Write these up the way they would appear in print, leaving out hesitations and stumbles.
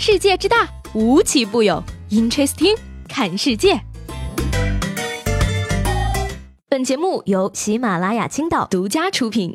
世界之大，无奇不有。Interesting， 看世界。本节目由喜马拉雅青岛独家出品。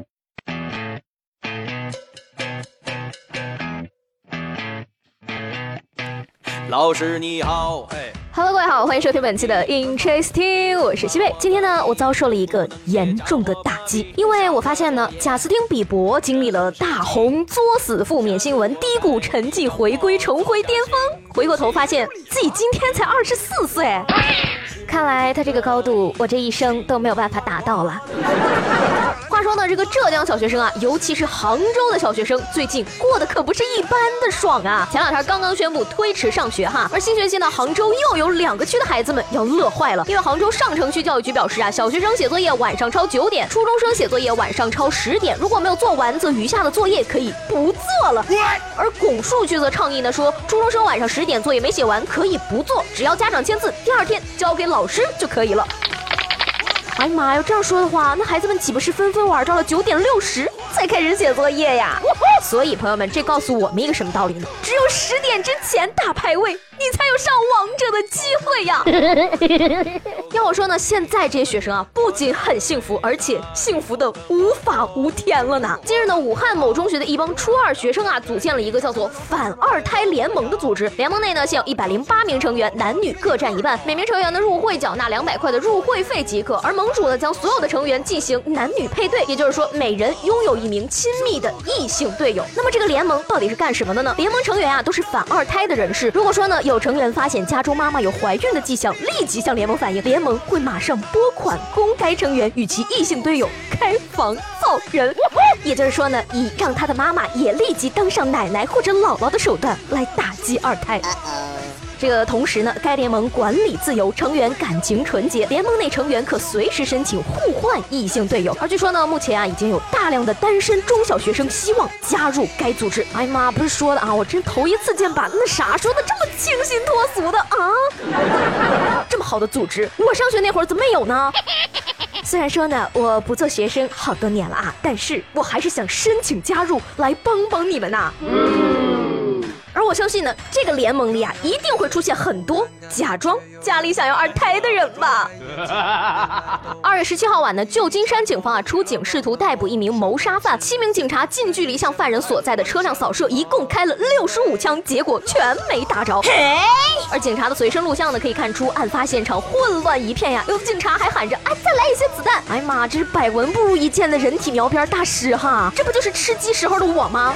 老师你好，嘿。 Hello， 各位好，欢迎收听本期的 Interesting， 我是西贝。今天呢，我遭受了一个严重的打击，因为我发现呢，贾斯汀比伯经历了大红、作死、负面新闻、低谷、沉寂、回归、重回巅峰，回过头发现自己今天才24岁，看来他这个高度，我这一生都没有办法达到了。话说呢，这个浙江小学生啊，尤其是杭州的小学生，最近过得可不是一般的爽啊！前两天刚刚宣布推迟上学哈，而新学期呢，杭州又有2个区的孩子们要乐坏了，因为杭州上城区教育局表示啊，小学生写作业晚上抄9点，初中生写作业晚上抄10点，如果没有做完，则余下的作业可以不做了。而拱墅区则倡议呢说，初中生晚上10点作业没写完可以不做，只要家长签字，第2天交给老师就可以了。哎呀妈呀，这样说的话，那孩子们岂不是纷纷玩到了9点60才开始写作业呀？所以朋友们，这告诉我们一个什么道理呢？只有10点之前打排位，你才有上王者的机会呀！要我说呢，现在这些学生啊，不仅很幸福，而且幸福的无法无天了呢。近日呢，武汉某中学的一帮初2学生啊，组建了一个叫做反2胎联盟的组织。联盟内呢，现有108名成员，男女各占1半，每名成员呢入会缴纳200块的入会费即可。而盟主呢，将所有的成员进行男女配对，也就是说，每人拥有1名亲密的异性队友。那么这个联盟到底是干什么的呢？联盟成员啊，都是反2胎的人士。如果说呢，有成员发现家中妈妈有怀孕的迹象，立即向联盟反映，联盟会马上拨款供该成员与其异性队友开房造人。也就是说呢，以让他的妈妈也立即当上奶奶或者姥姥的手段来打击2胎。这个同时呢，该联盟管理自由，成员感情纯洁，联盟内成员可随时申请互换异性队友。而据说呢，目前啊已经有大量的单身中小学生希望加入该组织。哎呀妈，不是说的啊，我真头一次见把那啥说的这么清新脱俗的啊！这么好的组织，我上学那会儿怎么没有呢？虽然说呢，我不做学生好多年了啊，但是我还是想申请加入，来帮帮你们呐。而我相信呢，这个联盟里啊，一定会出现很多假装家里想要2胎的人吧。2月17号晚呢，旧金山警方啊出警试图逮捕1名谋杀犯，7名警察近距离向犯人所在的车辆扫射，一共开了65枪，结果全没打着。而警察的随身录像呢，可以看出案发现场混乱一片呀，有的警察还喊着啊再来一些子弹。哎呀妈，这是百闻不如一见的人体描边大师哈，这不就是吃鸡时候的我吗？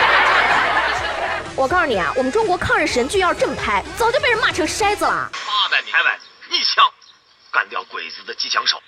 我告诉你啊，我们中国抗日神剧要是这么拍，早就被人骂成筛子了。 800米开外1枪干掉鬼子的机枪手。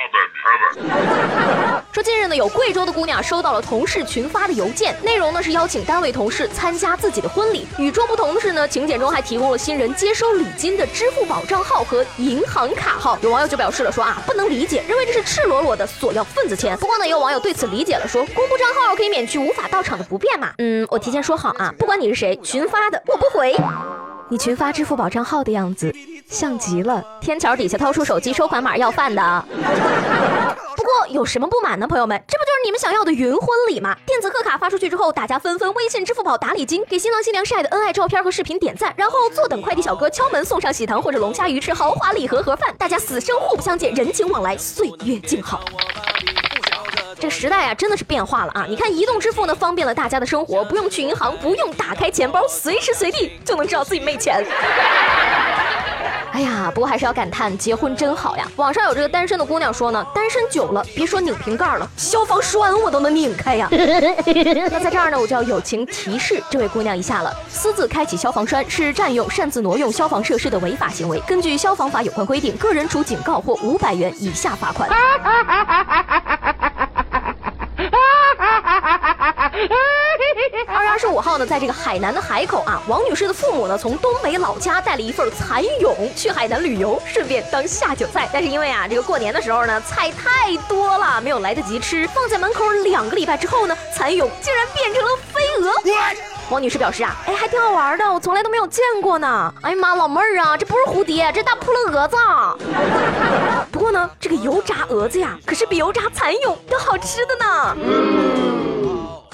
说近日呢，有贵州的姑娘收到了同事群发的邮件，内容呢是邀请单位同事参加自己的婚礼。与众不同的是呢，请柬中还提供了新人接收礼金的支付宝账号和银行卡号。有网友就表示了说啊，不能理解，认为这是赤裸裸的索要份子钱。不过呢，也有网友对此理解了说，公布账号可以免去无法到场的不便嘛。我提前说好啊，不管你是谁，群发的我不回。你群发支付宝账号的样子像极了天桥底下掏出手机收款码要饭的。不过有什么不满呢，朋友们？这不就是你们想要的云婚礼吗？电子贺卡发出去之后，大家纷纷微信、支付宝打礼金，给新郎新娘晒的恩爱照片和视频点赞，然后坐等快递小哥敲门送上喜糖或者龙虾鱼翅豪华礼盒盒饭，大家死生互不相见，人情往来，岁月静好。这时代啊，真的是变化了啊！你看，移动支付呢，方便了大家的生活，不用去银行，不用打开钱包，随时随地就能知道自己没钱。哎呀，不过还是要感叹结婚真好呀！网上有这个单身的姑娘说呢，单身久了，别说拧瓶盖了，消防栓我都能拧开呀。那在这儿呢，我就要友情提示这位姑娘一下了：私自开启消防栓是占用、擅自挪用消防设施的违法行为。根据消防法有关规定，个人处警告或500元以下罚款。2月25号呢，在这个海南的海口啊，王女士的父母呢从东北老家带了一份蚕蛹去海南旅游，顺便当下酒菜。但是因为啊这个过年的时候呢菜太多了，没有来得及吃，放在门口2个礼拜之后呢，蚕蛹竟然变成了飞蛾。王女士表示啊，还挺好玩的，我从来都没有见过呢。哎呀妈，老妹儿啊，这不是蝴蝶，这大扑棱蛾子。不过呢，这个油炸蛾子呀，可是比油炸蚕蛹都好吃的呢。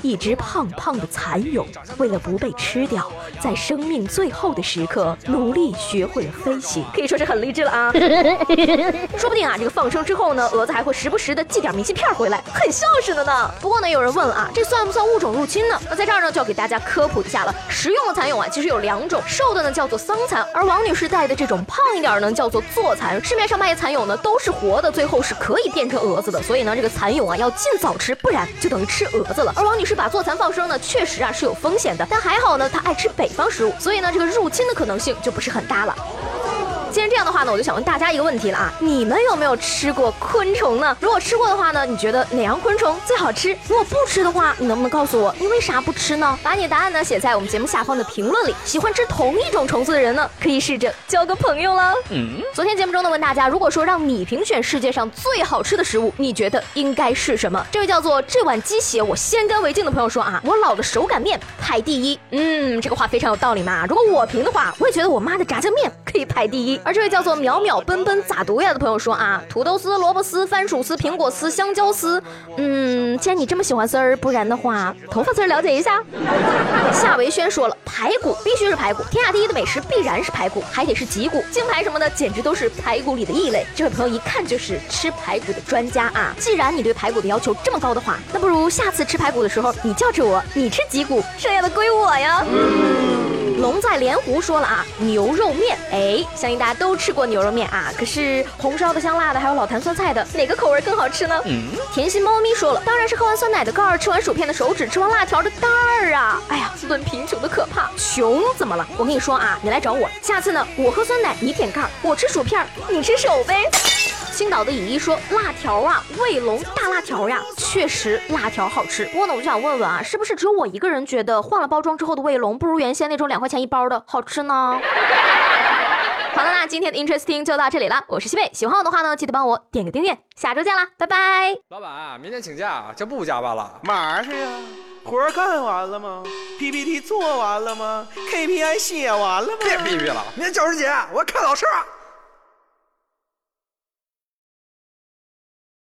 一只胖胖的蚕蛹，为了不被吃掉，在生命最后的时刻努力学会了飞行，可以说是很励志了啊。说不定啊，这个放生之后呢，蛾子还会时不时的寄点明信片回来，很孝顺的呢。不过呢，有人问了啊，这算不算物种入侵呢？那在这儿呢，就要给大家科普一下了。食用的蚕蛹啊，其实有2种，瘦的呢叫做桑蚕，而王女士带的这种胖一点呢叫做坐蚕。市面上卖的蚕蛹呢都是活的，最后是可以变成蛾子的，所以呢，这个蚕蛹啊要尽早吃，不然就等于吃蛾子了。而王女士把坐蚕放生呢，确实啊是有风险的，但还好呢，她爱吃北方食物，所以呢，这个入侵的可能性就不是很大了。既然这样的话呢，我就想问大家一个问题了啊，你们有没有吃过昆虫呢？如果吃过的话呢，你觉得哪样昆虫最好吃？如果不吃的话，你能不能告诉我你为啥不吃呢？把你的答案呢写在我们节目下方的评论里。喜欢吃同一种虫子的人呢，可以试着交个朋友了。昨天节目中呢问大家，如果说让你评选世界上最好吃的食物，你觉得应该是什么？这位叫做这碗鸡血我先干为敬的朋友说啊，我老的手擀面排第一。这个话非常有道理嘛。如果我评的话，我也觉得我妈的炸酱面可以排第一。而这位叫做淼淼奔奔咋读呀的朋友说啊，土豆丝、萝卜丝、番薯丝、苹果丝、香蕉丝。既然你这么喜欢丝儿，不然的话，头发丝儿了解一下。夏维轩说了，排骨必须是排骨，天下第一的美食必然是排骨，还得是脊骨、京排什么的，简直都是排骨里的异类。这位朋友一看就是吃排骨的专家啊！既然你对排骨的要求这么高的话，那不如下次吃排骨的时候，你叫着我，你吃脊骨，剩下的归我呀。龙在莲湖说了啊，牛肉面，相信大家都吃过牛肉面啊。可是红烧的、香辣的，还有老坛酸菜的，哪个口味更好吃呢？甜心猫咪说了，当然是喝完酸奶的盖儿，吃完薯片的手指，吃完辣条的袋儿啊！哎呀，论贫穷的可怕，穷怎么了？我跟你说啊，你来找我，下次呢，我喝酸奶，你舔盖儿，我吃薯片，你吃手呗。青岛的乙一说，辣条啊，卫龙大辣条呀，确实辣条好吃。不过呢，我就想问问啊，是不是只有我一个人觉得换了包装之后的卫龙不如原先那种2块钱一包的好吃呢？好了，那今天的 Interesting 就到这里了，我是西贝，喜欢我的话呢，记得帮我点个订阅，下周见啦，拜拜。 老板，明天请假，这不加班了？ 嘛去呀？活干完了吗 ？PPT 做完了吗 ？KPI 写完了吗？ 别逼逼了，明天教师节我看老师。